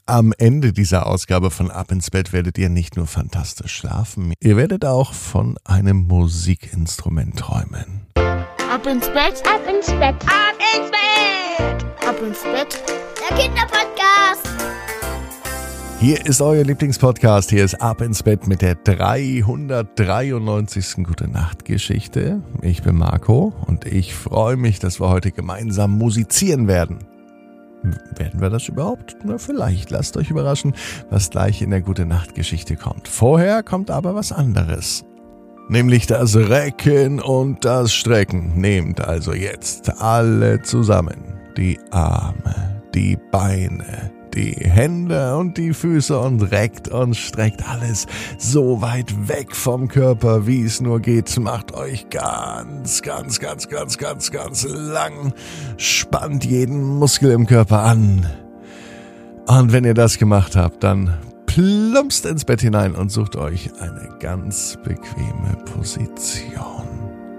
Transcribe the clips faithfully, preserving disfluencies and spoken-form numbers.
Am Ende dieser Ausgabe von Ab ins Bett werdet ihr nicht nur fantastisch schlafen, ihr werdet auch von einem Musikinstrument träumen. Ab ins Bett, ab ins Bett, ab ins Bett, ab ins Bett, der Kinderpodcast. Hier ist euer Lieblingspodcast, hier ist Ab ins Bett mit der dreihundertdreiundneunzigsten Gute-Nacht-Geschichte. Ich bin Marco und ich freue mich, dass wir heute gemeinsam musizieren werden. Werden wir das überhaupt? Na, vielleicht. Lasst euch überraschen, was gleich in der Gute-Nacht-Geschichte kommt. Vorher kommt aber was anderes. Nämlich das Recken und das Strecken. Nehmt also jetzt alle zusammen die Arme, die Beine, die Hände und die Füße und reckt und streckt alles so weit weg vom Körper, wie es nur geht. Macht euch ganz, ganz, ganz, ganz, ganz, ganz lang. Spannt jeden Muskel im Körper an. Und wenn ihr das gemacht habt, dann plumpst ins Bett hinein und sucht euch eine ganz bequeme Position.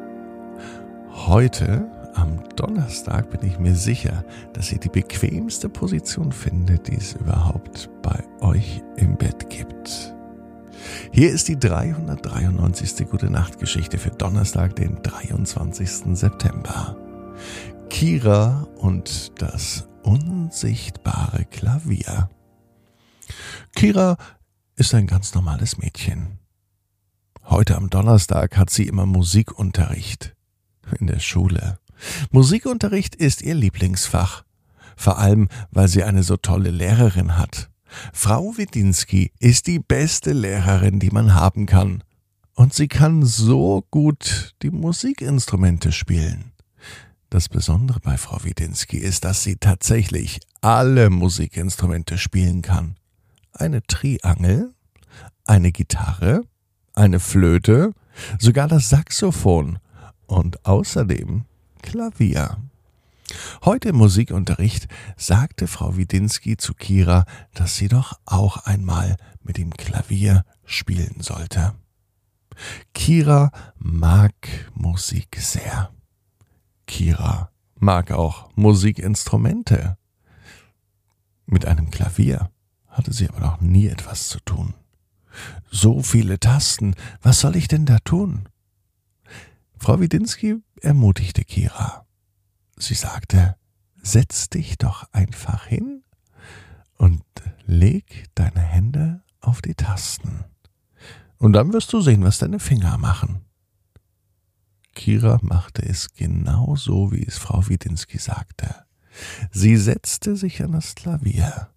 Heute Am Donnerstag bin ich mir sicher, dass ihr die bequemste Position findet, die es überhaupt bei euch im Bett gibt. Hier ist die dreihundertdreiundneunzigste Gute-Nacht-Geschichte für Donnerstag, den dreiundzwanzigsten September. Kira und das unsichtbare Klavier. Kira ist ein ganz normales Mädchen. Heute am Donnerstag hat sie immer Musikunterricht in der Schule. Musikunterricht ist ihr Lieblingsfach, vor allem, weil sie eine so tolle Lehrerin hat. Frau Widinski ist die beste Lehrerin, die man haben kann. Und sie kann so gut die Musikinstrumente spielen. Das Besondere bei Frau Widinski ist, dass sie tatsächlich alle Musikinstrumente spielen kann. Eine Triangel, eine Gitarre, eine Flöte, sogar das Saxophon und außerdem Klavier. Heute im Musikunterricht sagte Frau Widinski zu Kira, dass sie doch auch einmal mit dem Klavier spielen sollte. Kira mag Musik sehr. Kira mag auch Musikinstrumente. Mit einem Klavier hatte sie aber noch nie etwas zu tun. So viele Tasten, was soll ich denn da tun? Frau Widinski ermutigte Kira. Sie sagte, setz dich doch einfach hin und leg deine Hände auf die Tasten. Und dann wirst du sehen, was deine Finger machen. Kira machte es genau so, wie es Frau Widinski sagte. Sie setzte sich an das Klavier.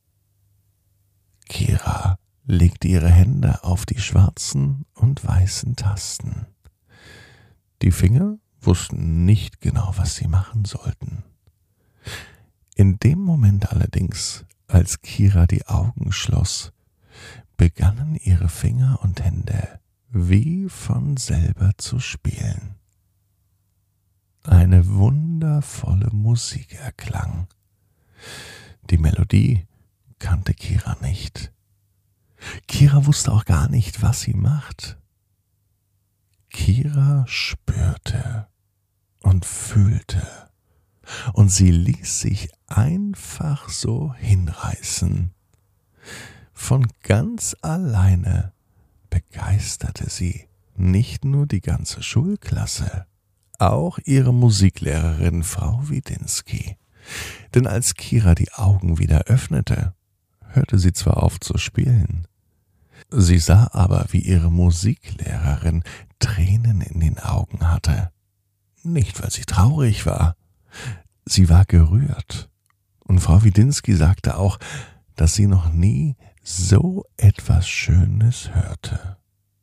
Kira legte ihre Hände auf die schwarzen und weißen Tasten. Die Finger wussten nicht genau, was sie machen sollten. In dem Moment allerdings, als Kira die Augen schloss, begannen ihre Finger und Hände wie von selber zu spielen. Eine wundervolle Musik erklang. Die Melodie kannte Kira nicht. Kira wusste auch gar nicht, was sie macht. Kira spürte und fühlte und sie ließ sich einfach so hinreißen. Von ganz alleine begeisterte sie nicht nur die ganze Schulklasse, auch ihre Musiklehrerin Frau Widinski. Denn als Kira die Augen wieder öffnete, hörte sie zwar auf zu spielen, sie sah aber, wie ihre Musiklehrerin Tränen in den Augen hatte. Nicht, weil sie traurig war. Sie war gerührt. Und Frau Widinski sagte auch, dass sie noch nie so etwas Schönes hörte.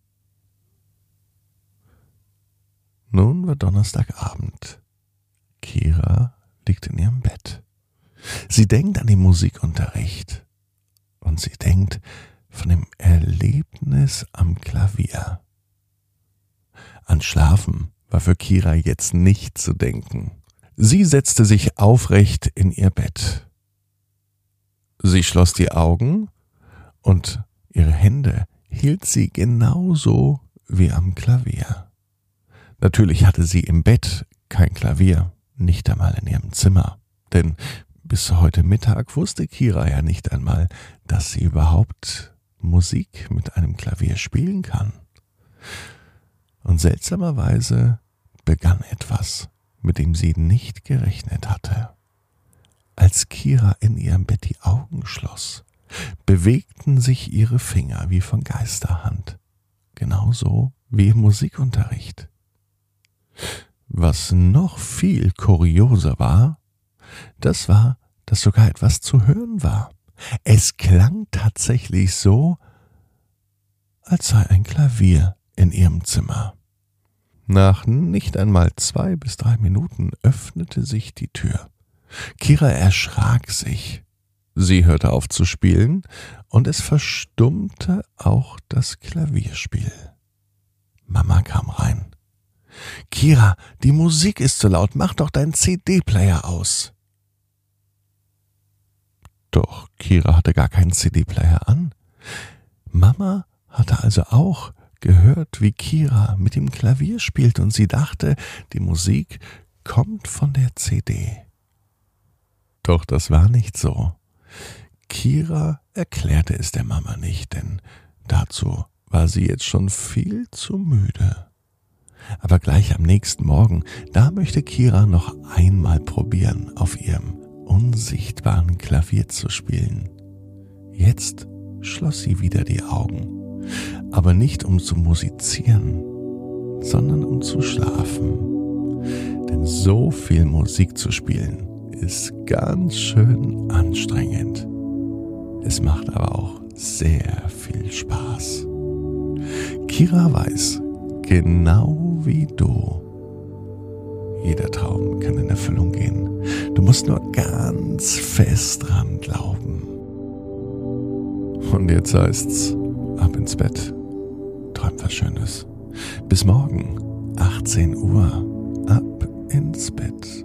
Nun war Donnerstagabend. Kira liegt in ihrem Bett. Sie denkt an den Musikunterricht. Und sie denkt von dem Erlebnis am Klavier. An Schlafen war für Kira jetzt nicht zu denken. Sie setzte sich aufrecht in ihr Bett. Sie schloss die Augen und ihre Hände hielt sie genauso wie am Klavier. Natürlich hatte sie im Bett kein Klavier, nicht einmal in ihrem Zimmer, denn Bis heute Mittag wusste Kira ja nicht einmal, dass sie überhaupt Musik mit einem Klavier spielen kann. Und seltsamerweise begann etwas, mit dem sie nicht gerechnet hatte. Als Kira in ihrem Bett die Augen schloss, bewegten sich ihre Finger wie von Geisterhand, genauso wie im Musikunterricht. Was noch viel kurioser war, das war, dass sogar etwas zu hören war. Es klang tatsächlich so, als sei ein Klavier in ihrem Zimmer. Nach nicht einmal zwei bis drei Minuten öffnete sich die Tür. Kira erschrak sich. Sie hörte auf zu spielen und es verstummte auch das Klavierspiel. Mama kam rein. »Kira, die Musik ist zu laut, mach doch deinen C D-Player aus.« Doch Kira hatte gar keinen C D-Player an. Mama hatte also auch gehört, wie Kira mit dem Klavier spielt und sie dachte, die Musik kommt von der C D. Doch das war nicht so. Kira erklärte es der Mama nicht, denn dazu war sie jetzt schon viel zu müde. Aber gleich am nächsten Morgen, da möchte Kira noch einmal probieren, auf ihrem unsichtbaren Klavier zu spielen. Jetzt schloss sie wieder die Augen, aber nicht um zu musizieren, sondern um zu schlafen. Denn so viel Musik zu spielen ist ganz schön anstrengend. Es macht aber auch sehr viel Spaß. Kira weiß, genau wie du, jeder Traum kann in Erfüllung gehen. Du musst nur ganz fest dran glauben. Und jetzt heißt's, ab ins Bett. Träum was Schönes. Bis morgen, achtzehn Uhr. Ab ins Bett.